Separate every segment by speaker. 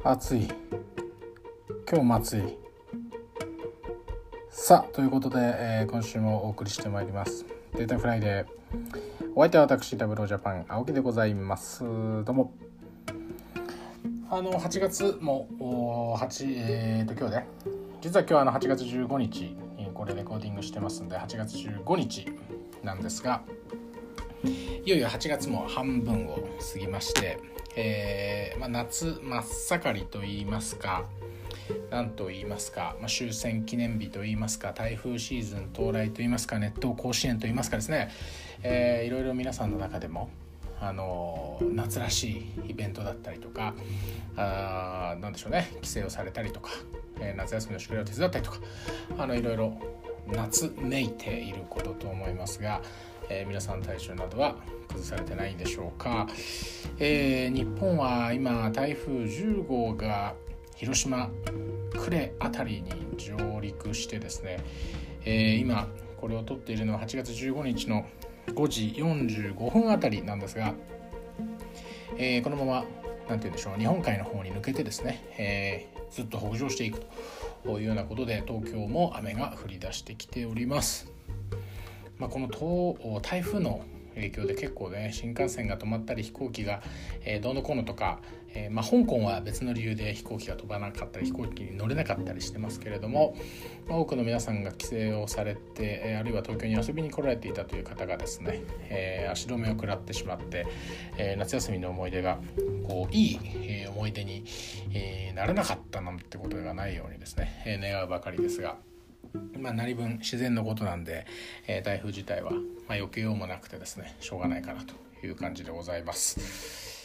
Speaker 1: 暑い。今日も暑い。さあということで、今週もお送りしてまいりますデータフライデー。お相手は私ダブルジャパン青木でございます。どうも。8月も今日で実は今日8月15日これレコーディングしてますんで8月15日なんですが、いよいよ8月も半分を過ぎまして、夏真っ盛りといいますか、なんと言いますか、終戦記念日と言いますか、台風シーズン到来と言いますか、熱湯甲子園と言いますかですね、いろいろ皆さんの中でも夏らしいイベントだったりとか、なんでしょうね、帰省をされたりとか、夏休みの宿題を手伝ったりとか、いろいろ夏めいていることと思いますが、皆さん体調などは崩されてないんでしょうか。日本は今台風10号が広島呉あたりに上陸してですね、今これを撮っているのは8月15日の5時45分あたりなんですが、このままなんて言うんでしょう、日本海の方に抜けてですね、ずっと北上していくというようなことで東京も雨が降り出してきております。この台風の影響で結構ね、新幹線が止まったり飛行機が、どうのこうのとか、香港は別の理由で飛行機が飛ばなかったり飛行機に乗れなかったりしてますけれども、多くの皆さんが帰省をされて、あるいは東京に遊びに来られていたという方がですね、足止めを食らってしまって、夏休みの思い出がいい、思い出に、ならなかったなんてことがないようにですね、願うばかりですが、何分自然のことなんで、台風自体は避けようもなくてですね、しょうがないかなという感じでございます。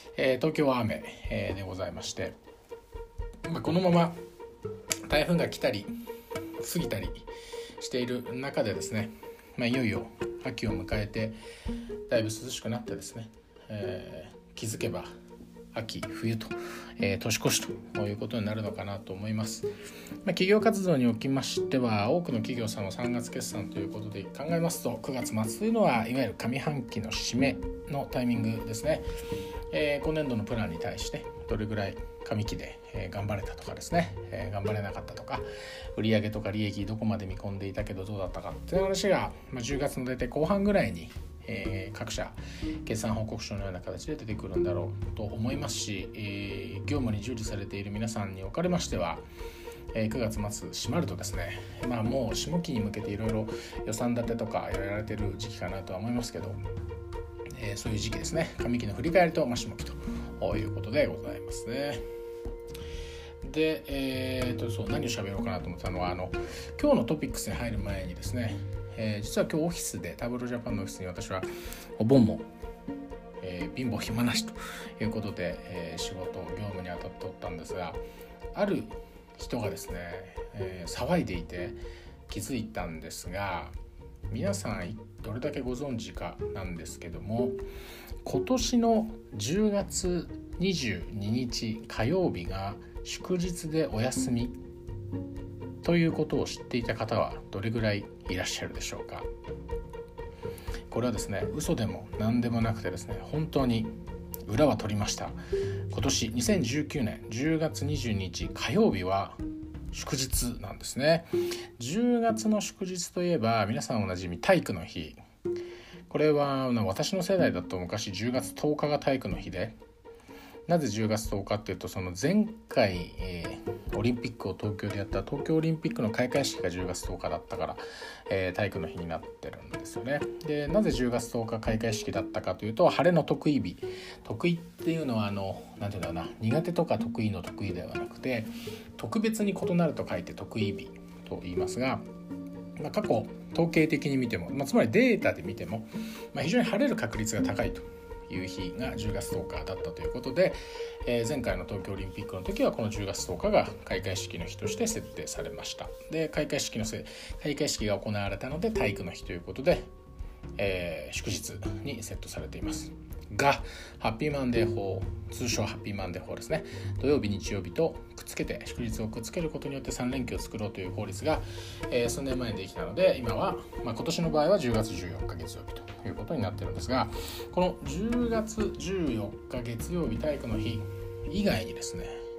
Speaker 1: 東京は雨、でございまして、このまま台風が来たり過ぎたりしている中でですね、いよいよ秋を迎えてだいぶ涼しくなってですね、気づけば秋冬と、年越しということになるのかなと思います。企業活動におきましては多くの企業さんの3月決算ということで考えますと、9月末というのはいわゆる上半期の締めのタイミングですね。今年度のプランに対してどれぐらい上期で、頑張れたとかですね、頑張れなかったとか、売上とか利益どこまで見込んでいたけどどうだったかっていう話が、10月の大体後半ぐらいに各社決算報告書のような形で出てくるんだろうと思いますし、業務に従事されている皆さんにおかれましては、9月末閉まるとですね、もう下期に向けていろいろ予算立てとかやられてる時期かなとは思いますけど、そういう時期ですね。上期の振り返りと下期ということでございますね。で、何を喋ろうかなと思ったのは、今日のトピックスに入る前にですね、実は今日オフィスでタブロジャパンのオフィスに私はお盆も、貧乏暇なしということで、仕事業務に当たっておったんですが、ある人がですね、騒いでいて気づいたんですが、皆さんどれだけご存知かなんですけども、今年の10月22日火曜日が祝日でお休みということを知っていた方はどれぐらいいらっしゃるでしょうか。これはですね、嘘でも何でもなくてですね、本当に裏は取りました。今年2019年10月22日火曜日は祝日なんですね。10月の祝日といえば皆さんおなじみ体育の日。これは私の世代だと昔10月10日が体育の日で、なぜ10月10日っていうと、その前回、オリンピックを東京でやった東京オリンピックの開会式が10月10日だったから、体育の日になってるんですよね。で、なぜ10月10日開会式だったかというと、晴れの得意日。得意っていうのはなんていうんだろうな、苦手とか得意の得意ではなくて、特別に異なると書いて得意日と言いますが、過去統計的に見ても、つまりデータで見ても、非常に晴れる確率が高いという日が10月10日だったということで、前回の東京オリンピックの時はこの10月10日が開会式の日として設定されました。で、開会式が行われたので体育の日ということで、祝日にセットされていますが、ハッピーマンデー法、通称ハッピーマンデー法ですね、土曜日日曜日とくっつけて祝日をくっつけることによって3連休を作ろうという法律が、数年前にできたので、今は、今年の場合は10月14日月曜日ということになっているんですが、この10月14日月曜日体育の日以外にですね、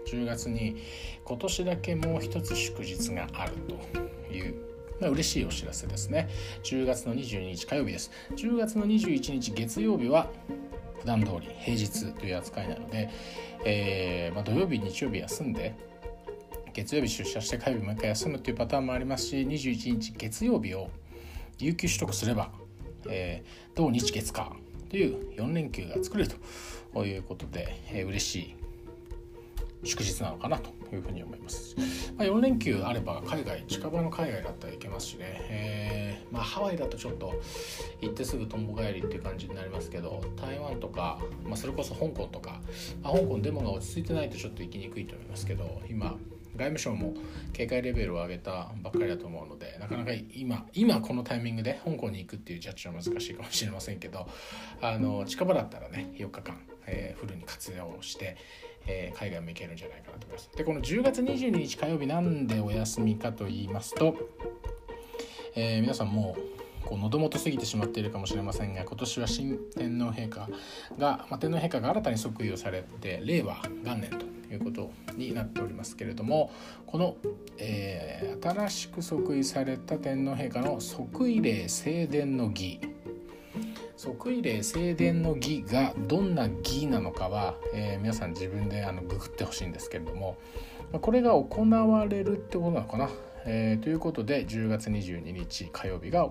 Speaker 1: 10月に今年だけもう一つ祝日があるという、嬉しいお知らせですね。10月の22日火曜日です。10月の21日月曜日は普段通り平日という扱いなので、土曜日日曜日休んで月曜日出社して火曜日もう一回休むというパターンもありますし、21日月曜日を有給取得すれば、土日月火という4連休が作れるということで、嬉しい祝日なのかなというふうに思います。4連休あれば近場の海外だったら行けますしね、ハワイだとちょっと行ってすぐとんぼ帰りっていう感じになりますけど、台湾とか、それこそ香港とか、香港デモが落ち着いてないとちょっと行きにくいと思いますけど、今外務省も警戒レベルを上げたばっかりだと思うので、なかなか今このタイミングで香港に行くっていうジャッジは難しいかもしれませんけど、近場だったらね4日間、フルに活用して海外も行けるんじゃないかなと思います。で、この10月22日火曜日なんでお休みかと言いますと、皆さんもう喉元過ぎてしまっているかもしれませんが、今年は新天皇陛下が、天皇陛下が新たに即位をされて令和元年ということになっておりますけれども、この、新しく即位された天皇陛下の即位礼正殿の儀、即位礼正殿の儀がどんな儀なのかは、皆さん自分でググってほしいんですけれども、これが行われるってことなのかな、ということで10月22日火曜日が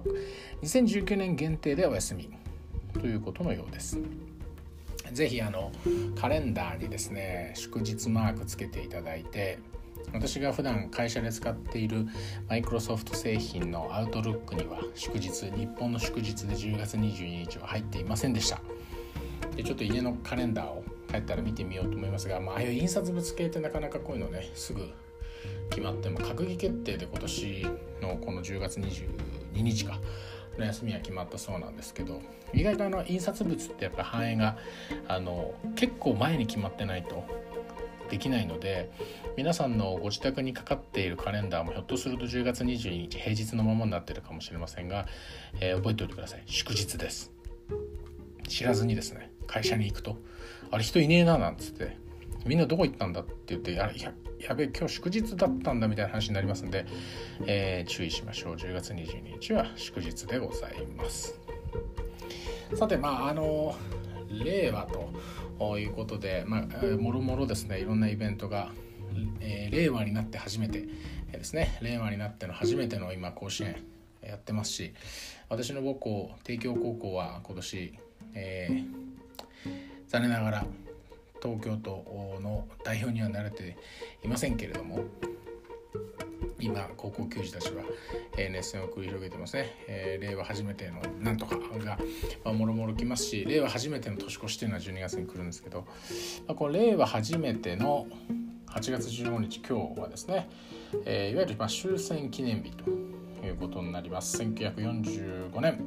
Speaker 1: 2019年限定でお休みということのようです。ぜひカレンダーにですね祝日マークつけていただいて、私が普段会社で使っているマイクロソフト製品のアウトルックには日本の祝日で10月22日は入っていませんでした。でちょっと家のカレンダーを帰ったら見てみようと思いますが、ああいう印刷物系ってなかなかこういうのねすぐ決まっても、閣議決定で今年のこの10月22日かの休みは決まったそうなんですけど、意外と印刷物ってやっぱ反映が結構前に決まってないとできないので、皆さんのご自宅にかかっているカレンダーもひょっとすると10月22日平日のままになっているかもしれませんが、覚えておいてください。祝日です。知らずにですね会社に行くと、あれ人いねえななんつって、みんなどこ行ったんだって言って、やべえ今日祝日だったんだみたいな話になりますので、注意しましょう。10月22日は祝日でございます。さて令和ということで、もろもろですねいろんなイベントが、令和になって初めてですね、令和になっての初めての今甲子園やってますし、私の母校帝京高校は今年、残念ながら東京都の代表にはなれていませんけれども、今高校球児たちは熱戦を繰り広げてますね。令和初めてのなんとかがもろもろ来ますし、令和初めての年越しというのは12月に来るんですけど、この令和初めての8月15日今日はですね、いわゆる終戦記念日ということになります。1945年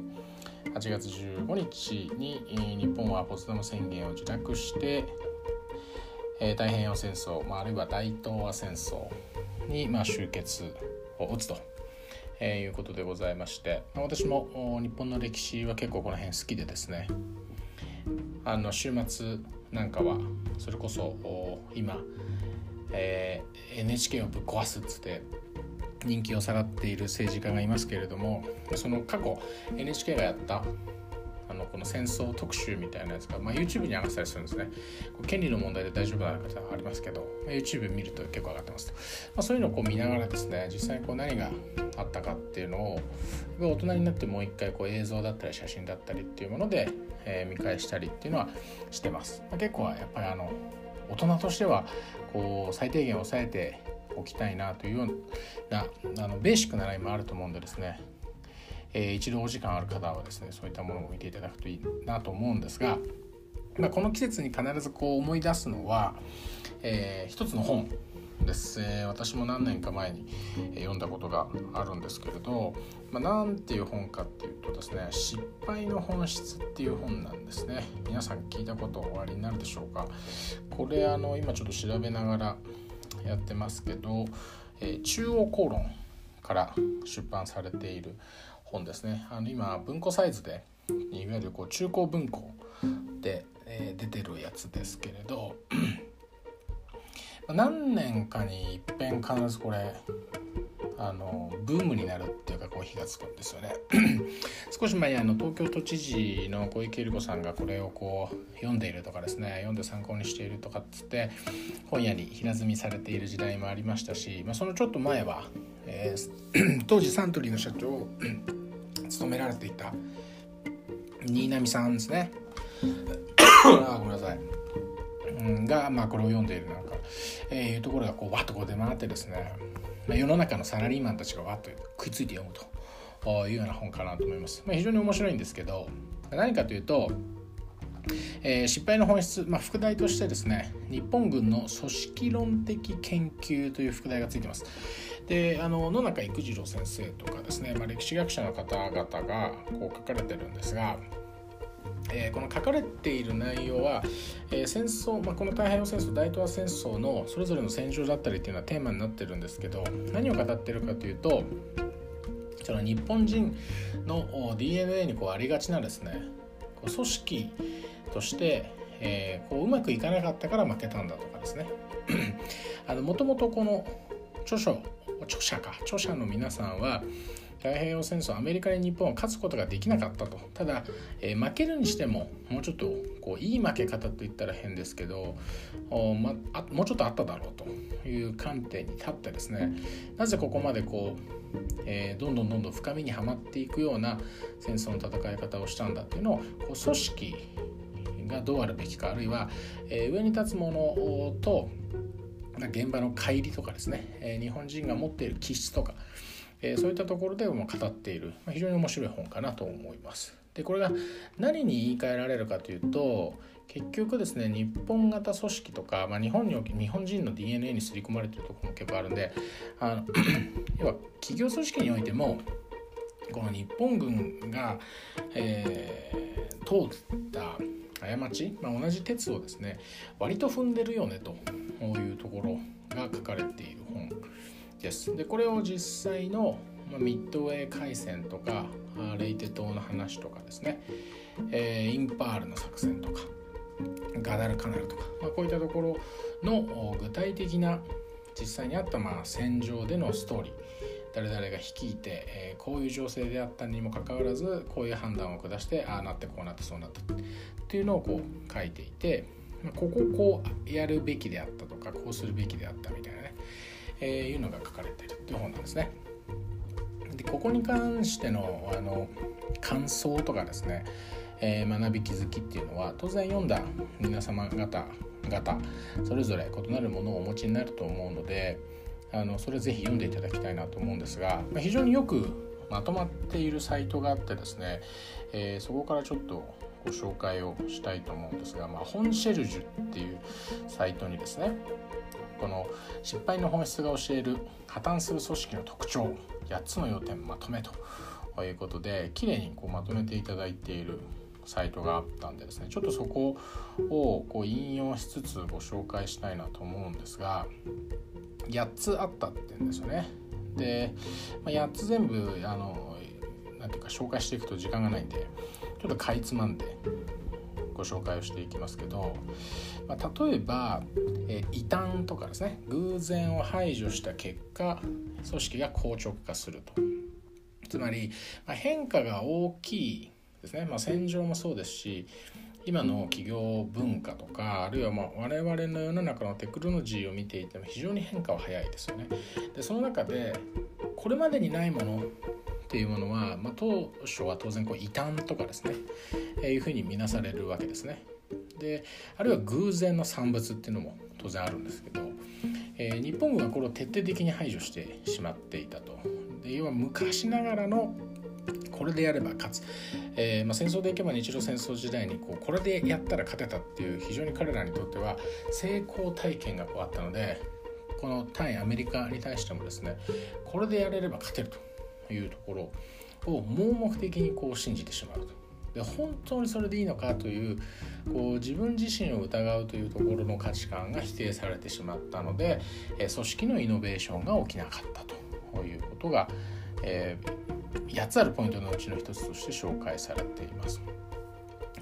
Speaker 1: 8月15日に日本はポツダム宣言を受諾して、太平洋戦争、あるいは大東亜戦争に終結を打つということでございまして、私も日本の歴史は結構この辺好きでですね、週末なんかはそれこそ今、NHK をぶっ壊すっつって人気をさらっている政治家がいますけれども、その過去 NHK がやったこの戦争特集みたいなやつが、YouTube に上がってたりするんですね。権利の問題で大丈夫な方はありますけど、YouTube 見ると結構上がってますと、そういうのを見ながらですね、実際に何があったかっていうのを大人になってもう一回映像だったり写真だったりっていうもので、見返したりっていうのはしてます。結構やっぱり大人としては最低限抑えておきたいなというようなベーシックなラインもあると思うんでですね、一度お時間ある方はですねそういったものを見ていただくといいなと思うんですが、この季節に必ず思い出すのは、一つの本です。私も何年か前に読んだことがあるんですけれど、なんていう本かっていうとですね、失敗の本質っていう本なんですね。皆さん聞いたことおありになるでしょうか。これ今ちょっと調べながらやってますけど、中央公論から出版されている本ですね。今文庫サイズでいわゆる中高文庫で、出てるやつですけれど何年かに一遍必ずこれブームになるっていうか火がつくんですよね少し前に東京都知事の小池百合子さんがこれを読んでいるとかですね、読んで参考にしているとかっつって本屋に平積みされている時代もありましたし、そのちょっと前は、当時サントリーの社長を務められていた新浪さんですねごめんなさいが、これを読んでいるいうところがわっと出回ってですね、世の中のサラリーマンたちがわっと食いついて読むというような本かなと思います。非常に面白いんですけど、何かというと、失敗の本質、副題としてですね、日本軍の組織論的研究という副題がついています。で、野中育次郎先生とかですね、歴史学者の方々が書かれてるんですが、この書かれている内容は、戦争、この太平洋戦争、大東亜戦争のそれぞれの戦場だったりっていうのはテーマになってるんですけど、何を語っているかというと、その日本人の DNA にありがちなですね、組織として、うまくいかなかったから負けたんだとかですねもともとこの著者の皆さんは太平洋戦争アメリカに日本は勝つことができなかったと。ただ、負けるにしてももうちょっといい負け方と言ったら変ですけど、もうちょっとあっただろうという観点に立ってですね、なぜここまでどんどん深みにはまっていくような戦争の戦い方をしたんだっていうのを組織がどうあるべきか、あるいは、上に立つものと現場の乖離とかですね、日本人が持っている気質とか、そういったところでも語っている、非常に面白い本かなと思います。で、これが何に言い換えられるかというと、結局ですね、日本型組織とか、日本人の DNA に刷り込まれているところも結構あるんで、要は企業組織においてもこの日本軍が、通った過ち、同じ鉄をですね割と踏んでるよねというところが書かれている本です。で、これを実際のミッドウェー海戦とかレイテ島の話とかですね、インパールの作戦とかガダルカナルとか、こういったところの具体的な実際にあった戦場でのストーリー、誰々が率いて、こういう情勢であったにもかかわらずこういう判断を下して、ああなってこうなってそうなったっていうのを書いていて、こうやるべきであったとか、こうするべきであったみたいなね、いうのが書かれているという本なんですね。で、ここに関しての感想とかですね、学び気づきっていうのは当然読んだ皆様方それぞれ異なるものをお持ちになると思うので、それぜひ読んでいただきたいなと思うんですが、非常によくまとまっているサイトがあってですね、そこからちょっとご紹介をしたいと思うんですが、ホンシェルジュっていうサイトにですね、この失敗の本質が教える破綻する組織の特徴8つの要点まとめということで、きれいにまとめていただいているサイトがあったんでですね、ちょっとそこを引用しつつご紹介したいなと思うんですが、8つあったって言うんですよね。で、8つ全部なんていうか紹介していくと時間がないんで、ちょっとかいつまんでご紹介をしていきますけど、例えば、異端とかですね、偶然を排除した結果組織が硬直化すると。つまり、変化が大きいですね、戦場もそうですし、今の企業文化とか、あるいは我々の世の中のテクノロジーを見ていても非常に変化は早いですよね。で、その中でこれまでにないものっていうものは、当初は当然異端とかですね、いうふうに見なされるわけですね。で、あるいは偶然の産物っていうのも当然あるんですけど、日本軍はこれを徹底的に排除してしまっていたと。で、要は昔ながらのこれでやれば勝つ、戦争でいけば日露戦争時代にこれでやったら勝てたっていう、非常に彼らにとっては成功体験があったので、この対アメリカに対してもですね、これでやれれば勝てるというところを盲目的に信じてしまうと。で、本当にそれでいいのかという、自分自身を疑うというところの価値観が否定されてしまったので、組織のイノベーションが起きなかったということが、8つあるポイントのうちの1つとして紹介されています。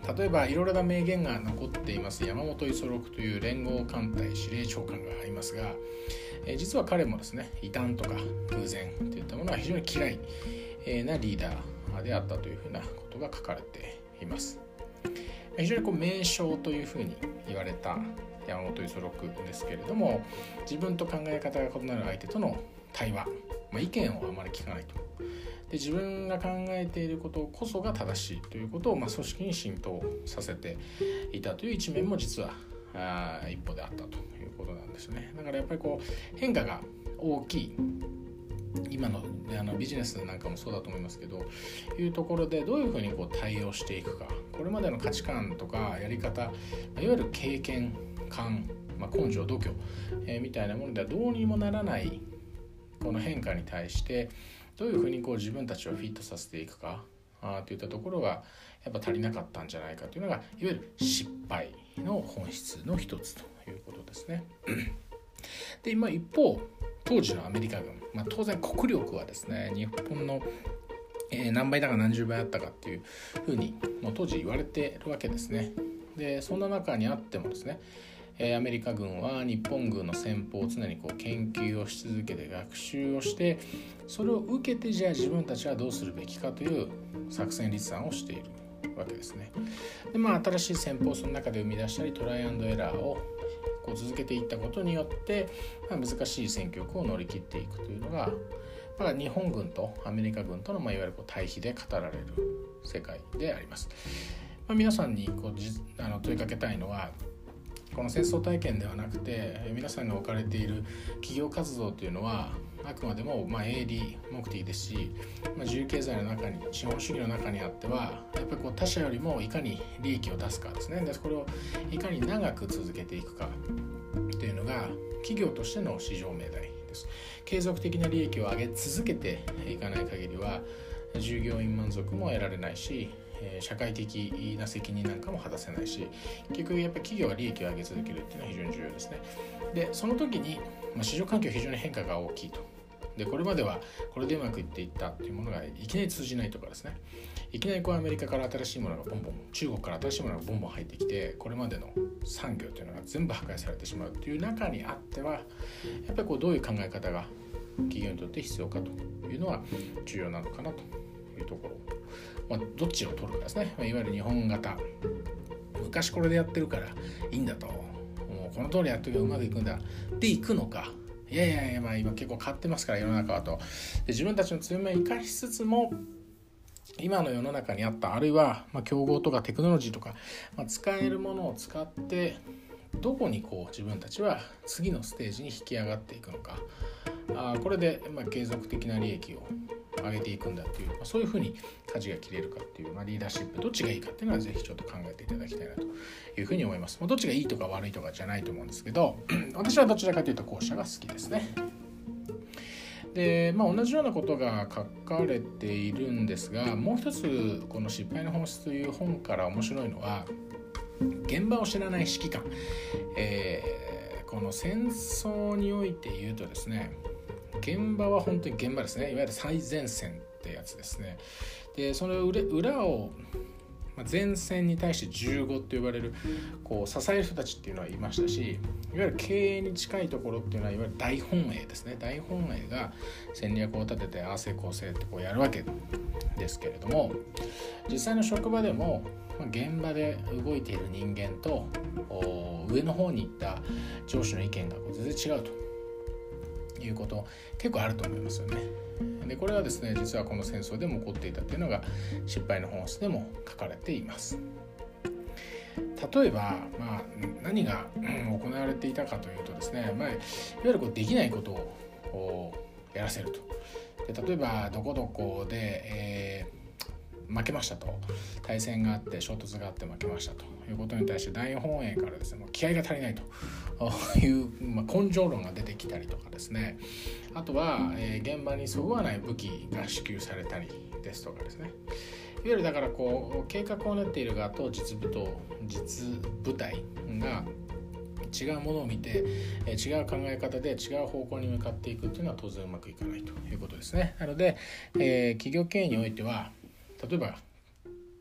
Speaker 1: 例えばいろいろな名言が残っています山本五十六という連合艦隊司令長官がいますが、実は彼もですね異端とか偶然といったものは非常に嫌いなリーダーであったというふうなことが書かれています。非常に名将というふうに言われた山本五十六ですけれども、自分と考え方が異なる相手との対話、意見をあまり聞かないと。で自分が考えていることこそが正しいということを組織に浸透させていたという一面も実は一歩であったということなんですね。だからやっぱり変化が大きい今のビジネスなんかもそうだと思いますけど、いうところでどういうふうに対応していくか、これまでの価値観とかやり方、いわゆる経験感、根性度胸、みたいなものではどうにもならないこの変化に対してどういうふうに自分たちをフィットさせていくかといったところがやっぱ足りなかったんじゃないかというのがいわゆる失敗の本質の一つということですね。で一方当時のアメリカ軍、当然国力はですね日本の何倍だか何十倍あったかっていうふうにもう当時言われているわけですね。でそんな中にあってもですねアメリカ軍は日本軍の戦法を常に研究をし続けて学習をして、それを受けてじゃあ自分たちはどうするべきかという作戦立案をしているわけですね。で新しい戦法をその中で生み出したりトライアンドエラーを続けていったことによって、難しい戦局を乗り切っていくというのが、日本軍とアメリカ軍とのいわゆる対比で語られる世界であります。皆さんに問いかけたいのは、この戦争体験ではなくて皆さんが置かれている企業活動というのはあくまでも営利目的ですし、自由経済の中に資本主義の中にあってはやっぱり他者よりもいかに利益を出すかですね。でこれをいかに長く続けていくかというのが企業としての至上命題です。継続的な利益を上げ続けていかない限りは従業員満足も得られないし、社会的な責任なんかも果たせないし、結局やっぱり企業が利益を上げ続けるっていうのは非常に重要ですね。でその時に、市場環境非常に変化が大きいと。でこれまではこれでうまくいっていったっていうものがいきなり通じないとかですね、いきなりアメリカから新しいものがボンボン、中国から新しいものがボンボン入ってきて、これまでの産業というのが全部破壊されてしまうっていう中にあっては、やっぱりどういう考え方が企業にとって必要かというのは重要なのかなというところ。どっちを取るかですね。いわゆる日本型、昔これでやってるからいいんだと、もうこの通りやってるとうまくいくんだでいくのか、いや今結構変わってますから世の中はと。で自分たちの強みを生かしつつも今の世の中にあった、あるいは競合とかテクノロジーとか、使えるものを使ってどこに自分たちは次のステージに引き上がっていくのか、これで継続的な利益を上げていくんだっていう、そういうふうに舵が切れるかっていう、リーダーシップどっちがいいかっていうのはぜひちょっと考えていただきたいなというふうに思います。どっちがいいとか悪いとかじゃないと思うんですけど私はどちらかというと後者が好きですね。で、同じようなことが書かれているんですが、もう一つこの失敗の本質という本から面白いのは、現場を知らない指揮官、この戦争において言うとですね、現場は本当に現場ですね。いわゆる最前線ってやつですね。でその裏を前線に対して15と呼ばれる支える人たちっていうのはいましたし、いわゆる経営に近いところっていうのはいわゆる大本営ですね。大本営が戦略を立ててああ成功せってやるわけですけれども、実際の職場でも現場で動いている人間と上の方に行った上司の意見が全然違うということ結構あると思いますよね。でこれはですね、実はこの戦争でも起こっていたというのが失敗の本質でも書かれています。例えば、何が行われていたかというとですね、いわゆるできないことをやらせると。で例えばどこどこで、負けましたと、対戦があって衝突があって負けましたということに対して大本営からですね、もう気合が足りないという、根性論が出てきたりとかですね、あとは、現場にそぐわない武器が支給されたりですとかですね、いわゆるだから計画を練っている側と実部隊が違うものを見て違う考え方で違う方向に向かっていくっていうのは当然うまくいかないということですね。なので、企業経営においては例えば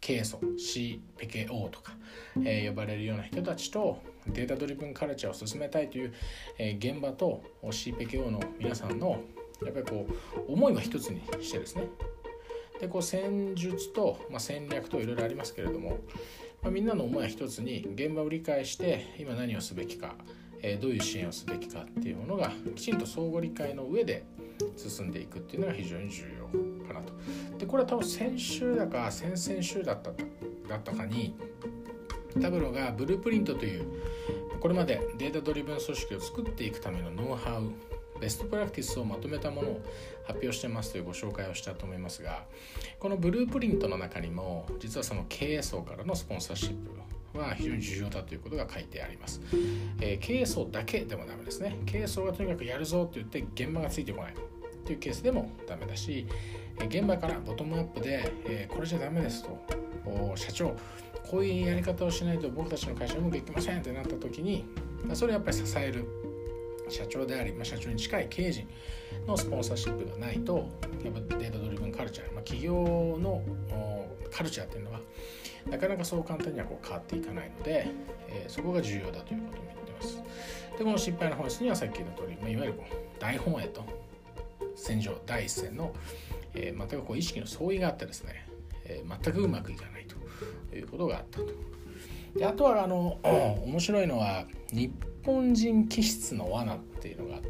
Speaker 1: 経営層 CPKO とか、呼ばれるような人たちとデータドリブンカルチャーを進めたいという、現場と CPKO の皆さんのやっぱりこう思いは一つにしてですね、でこう戦術と、戦略といろいろありますけれども、みんなの思いは一つに現場を理解して今何をすべきか、どういう支援をすべきかっていうものがきちんと相互理解の上で進んでいくっていうのが非常に重要かなと。でこれは多分先週だか先々週だったかにタブロがブループリントというこれまでデータドリブン組織を作っていくためのノウハウベストプラクティスをまとめたものを発表してますというご紹介をしたと思いますが、このブループリントの中にも実はその経営層からのスポンサーシップは非常に重要だということが書いてあります。経営層だけでもダメですね。経営層がとにかくやるぞって言って現場がついてこないというケースでもダメだし、現場からボトムアップで、これじゃダメですと、社長こういうやり方をしないと僕たちの会社うまくいきませんってなった時に、それをやっぱり支える社長であり、社長に近い経営陣のスポンサーシップがないとやっぱデータドリブンカルチャー、企業のカルチャーっていうのはなかなかそう簡単にはこう変わっていかないので、そこが重要だということを言っています。でこの失敗の本質にはさっき言った通り、いわゆるこう大本営と戦場第一線の、全くこう意識の相違があってですね、全くうまくいかないということがあったと。であとは面白いのは日本人気質の罠っていうのがあって、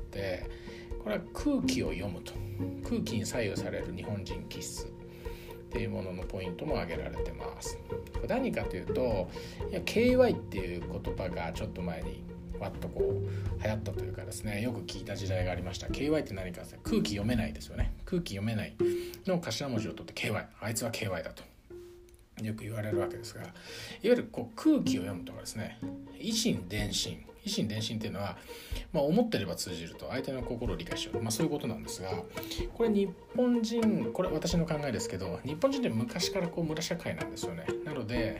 Speaker 1: これは空気を読むと、空気に左右される日本人気質っていうもののポイントも挙げられてます。何かというと、KY っていう言葉がちょっと前にわっとこう流行ったというかですね、よく聞いた時代がありました。 KY って何かって空気読めないですよね。空気読めないの頭文字を取って KY、 あいつは KY だとよく言われるわけですが、いわゆるこう空気を読むとかですね、以心伝心っていうのは、思ってれば通じると、相手の心を理解しよう、そういうことなんですが、これ日本人、これ私の考えですけど、日本人って昔からこう村社会なんですよね。なので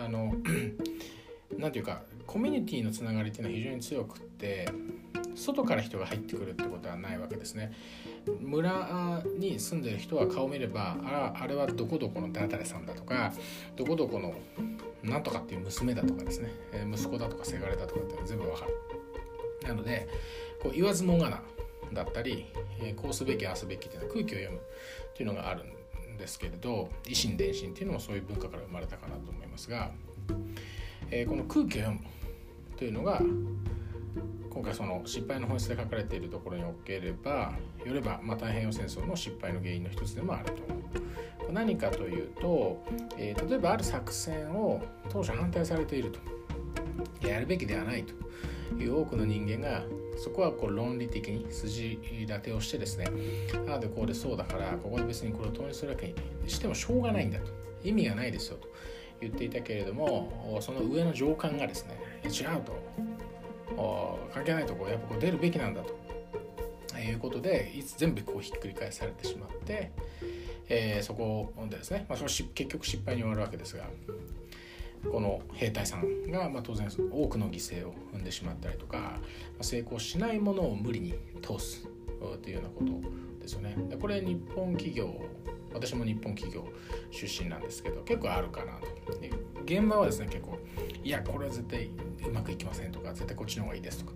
Speaker 1: なんていうかコミュニティのつながりっていうのは非常に強くって、外から人が入ってくるってことはないわけですね。村に住んでる人は顔を見れば、あれはどこどこの誰々さんだとか、どこどこのなんとかっていう娘だとかですね、息子だとかせがれだとかって全部わかる。なのでこう言わずもがなだったり、こうすべきああすべきっていうのは空気を読むっていうのがあるんですけれど、以心伝心っていうのもそういう文化から生まれたかなと思いますが、この空気を読むというのが今回その失敗の本質で書かれているところにおければよれば、太平洋戦争の失敗の原因の一つでもあると思う。何かというと、例えばある作戦を当初反対されていると、やるべきではないという多くの人間が、そこはこう論理的に筋立てをしてですね、ああでこうでそうだからここで別にこれを投入するわけにしてもしょうがないんだと、意味がないですよと言っていたけれども、その上の上官がですね、違うと、関係ないとこやっぱこう出るべきなんだということで、全部こうひっくり返されてしまって、そこでですね、その結局失敗に終わるわけですが、この兵隊さんが当然多くの犠牲を生んでしまったりとか、成功しないものを無理に通すというようなことですよね。でこれ日本企業、私も日本企業出身なんですけど結構あるかなと。で現場はですね、結構いやこれは絶対うまくいきませんとか、絶対こっちの方がいいですとか、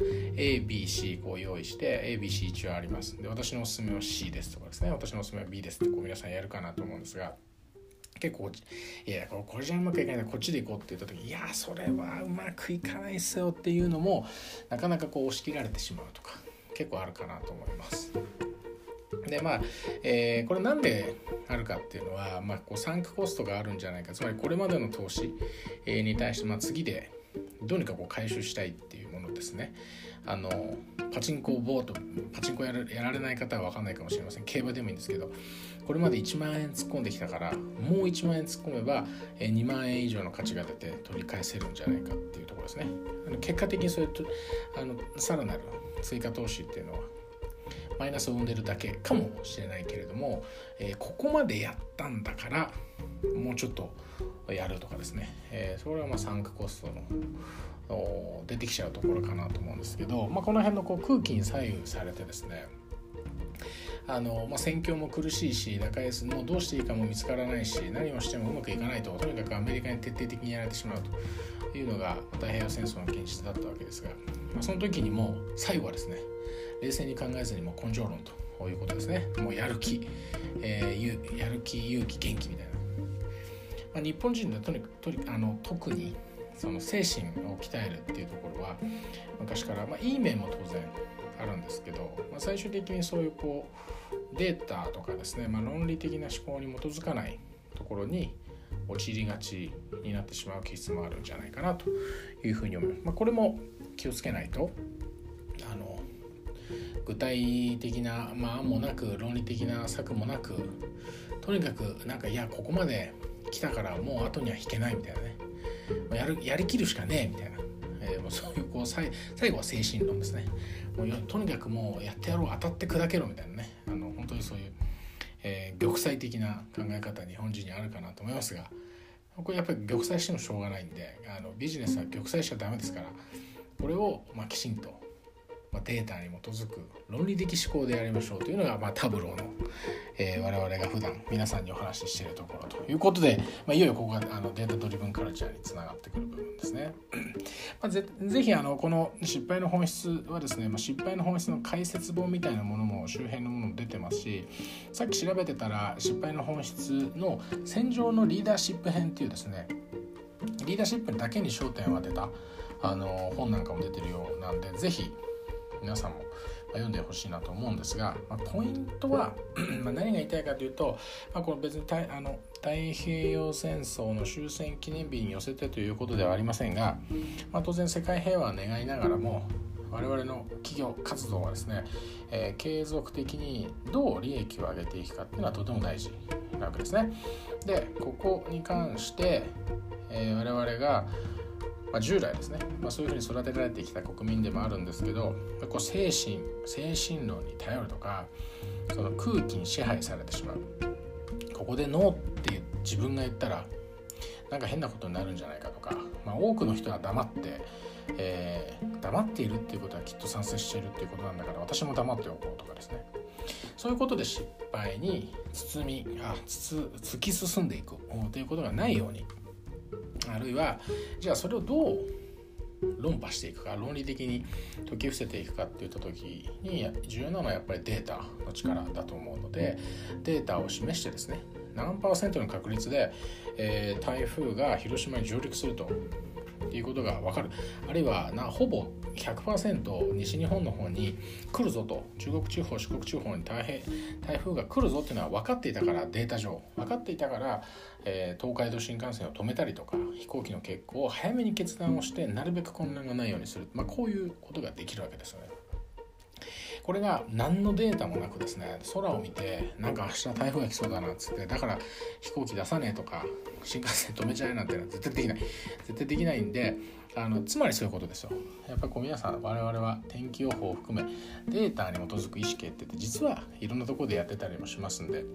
Speaker 1: ABC こう用意して ABC 一応あります、で私のおすすめは C ですとかですね、私のおすすめは B ですってこう皆さんやるかなと思うんですが、結構いやこれじゃうまくいかない、こっちで行こうって言った時に、いやそれはうまくいかないっすよっていうのもなかなかこう押し切られてしまうとか結構あるかなと思います。でこれなんであるかっていうのは、こうサンクコストがあるんじゃないか、つまりこれまでの投資に対して、次でどうにかこう回収したいっていうものですね。パチンコやられない方は分かんないかもしれません。競馬でもいいんですけど、これまで1万円突っ込んできたからもう1万円突っ込めば2万円以上の価値が出て取り返せるんじゃないかっていうところですね。結果的にそういうさらなる追加投資っていうのはマイナスを生んでるだけかもしれないけれども、ここまでやったんだからもうちょっとやるとかですね、それはサンクコストの出てきちゃうところかなと思うんですけど、この辺のこう空気に左右されてですね、 戦況も苦しいし、打開もうどうしていいかも見つからないし、何をしてもうまくいかないと、とにかくアメリカに徹底的にやられてしまうというのが太平洋戦争の現実だったわけですが、その時にもう最後はですね、冷静に考えずにもう根性論ということですね。もうやる気、やる気、勇気、元気みたいな、日本人で特にその精神を鍛えるっていうところは昔から、いい面も当然あるんですけど、最終的にそういうデータとかですね、論理的な思考に基づかないところに陥りがちになってしまう気質もあるんじゃないかなというふうに思います。これも気をつけないと、具体的な案もなく、論理的な策もなく、とにかくいやここまで来たからもう後には引けないみたいなね、やりきるしかねえみたいな、もうそういう最後は精神論ですね。もうとにかくもうやってやろう、当たって砕けろみたいなね、本当にそういう、玉砕的な考え方日本人にあるかなと思いますが、これやっぱり玉砕してもしょうがないんで、ビジネスは玉砕しちゃダメですから、これをきちんとデータに基づく論理的思考でやりましょうというのが、タブローの、我々が普段皆さんにお話ししているところということで、いよいよここがデータドリブンカルチャーにつながってくる部分ですね。ぜひこの失敗の本質はですね、失敗の本質の解説本みたいなものも周辺のものも出てますし、さっき調べてたら失敗の本質の戦場のリーダーシップ編っていうですね、リーダーシップだけに焦点を当てた本なんかも出てるようなんで、ぜひ皆さんも読んでほしいなと思うんですが、ポイントは何が言いたいかというと、これ別に太平洋戦争の終戦記念日に寄せてということではありませんが、当然世界平和を願いながらも我々の企業活動はですね、継続的にどう利益を上げていくかっていうのはとても大事なわけですね。でここに関して、我々が従来ですね、そういうふうに育てられてきた国民でもあるんですけど、精神論に頼るとか、その空気に支配されてしまう、ここでノーって自分が言ったら変なことになるんじゃないかとか、多くの人は黙っているっていうことはきっと賛成しているっていうことなんだから私も黙っておこうとかですね、そういうことで失敗に突き進んでいくということがないように、あるいはじゃあそれをどう論破していくか、論理的に解き伏せていくかっていった時に重要なのはやっぱりデータの力だと思うので、データを示してですね、何%の確率で、台風が広島に上陸するということが分かる、あるいはほぼ 100% 西日本の方に来るぞと、中国地方四国地方に台風が来るぞっていうのは分かっていたから、データ上分かっていたから、東海道新幹線を止めたりとか飛行機の欠航を早めに決断をして、なるべく混乱がないようにする、こういうことができるわけですよね。これが何のデータもなくですね、空を見て明日台風が来そうだなっつって、だから飛行機出さねえとか新幹線止めちゃえなんてのは絶対できないんで、つまりそういうことですよ。やっぱり皆さん我々は天気予報を含めデータに基づく意思決定って実はいろんなところでやってたりもしますんで、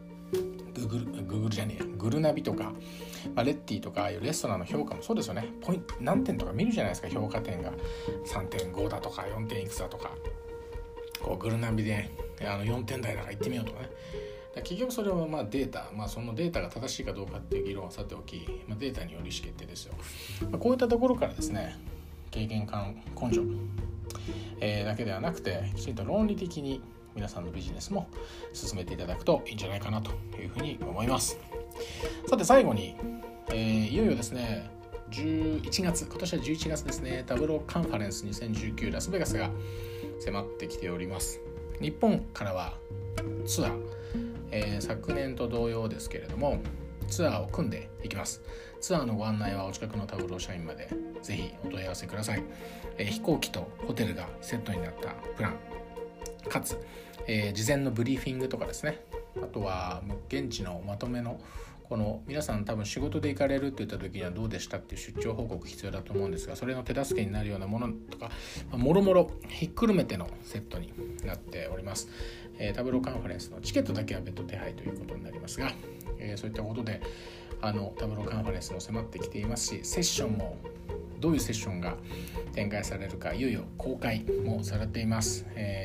Speaker 1: グルナビとか、レッティとか、ああいうレストランの評価もそうですよね。何点とか見るじゃないですか。評価点が 3.5 だとか 4 点いくつだとか、グルナビで4点台だから行ってみようとかね。結局それはデータ、そのデータが正しいかどうかっていう議論はさておき、データによる意思決定ですよ。こういったところからですね、経験感根性、だけではなくて、きちんと論理的に皆さんのビジネスも進めていただくといいんじゃないかなというふうに思います。さて最後に、いよいよですね、今年は11月ですね、タブローカンファレンス2019ラスベガスが迫ってきております。日本からはツアー、昨年と同様ですけれどもツアーを組んでいきます。ツアーのご案内はお近くのタブロー社員までぜひお問い合わせください。飛行機とホテルがセットになったプランかつ、事前のブリーフィングとかですね、あとは現地のまとめの皆さん多分仕事で行かれるって言った時にはどうでしたっていう出張報告必要だと思うんですが、それの手助けになるようなものとかもろもろひっくるめてのセットになっております。タブローカンファレンスのチケットだけは別途手配ということになりますが、そういったことでタブローカンファレンスも迫ってきていますし、セッションもどういうセッションが展開されるかいよいよ公開もされています。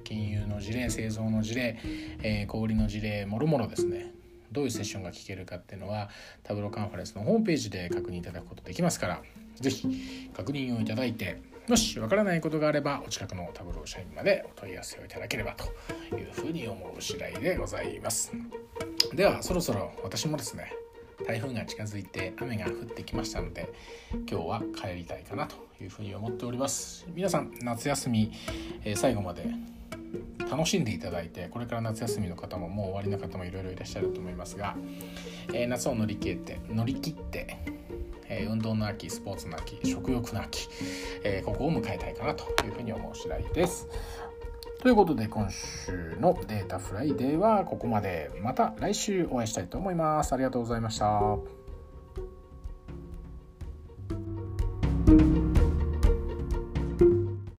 Speaker 1: 金融の事例、製造の事例、小売の事例もろもろですね、どういうセッションが聞けるかっていうのはタブロカンファレンスのホームページで確認いただくことできますから、ぜひ確認をいただいて、もしわからないことがあればお近くのタブロー社員までお問い合わせをいただければというふうに思う次第でございます。ではそろそろ私もですね、台風が近づいて雨が降ってきましたので、今日は帰りたいかなというふうに思っております。皆さん夏休み、最後まで楽しんでいただいて、これから夏休みの方ももう終わりの方もいろいろいらっしゃると思いますが、夏を乗り切って運動の秋、スポーツの秋、食欲の秋、ここを迎えたいかなというふうに思う次第です。ということで今週のデータフライデーはここまで。また来週お会いしたいと思います。ありがとうございました。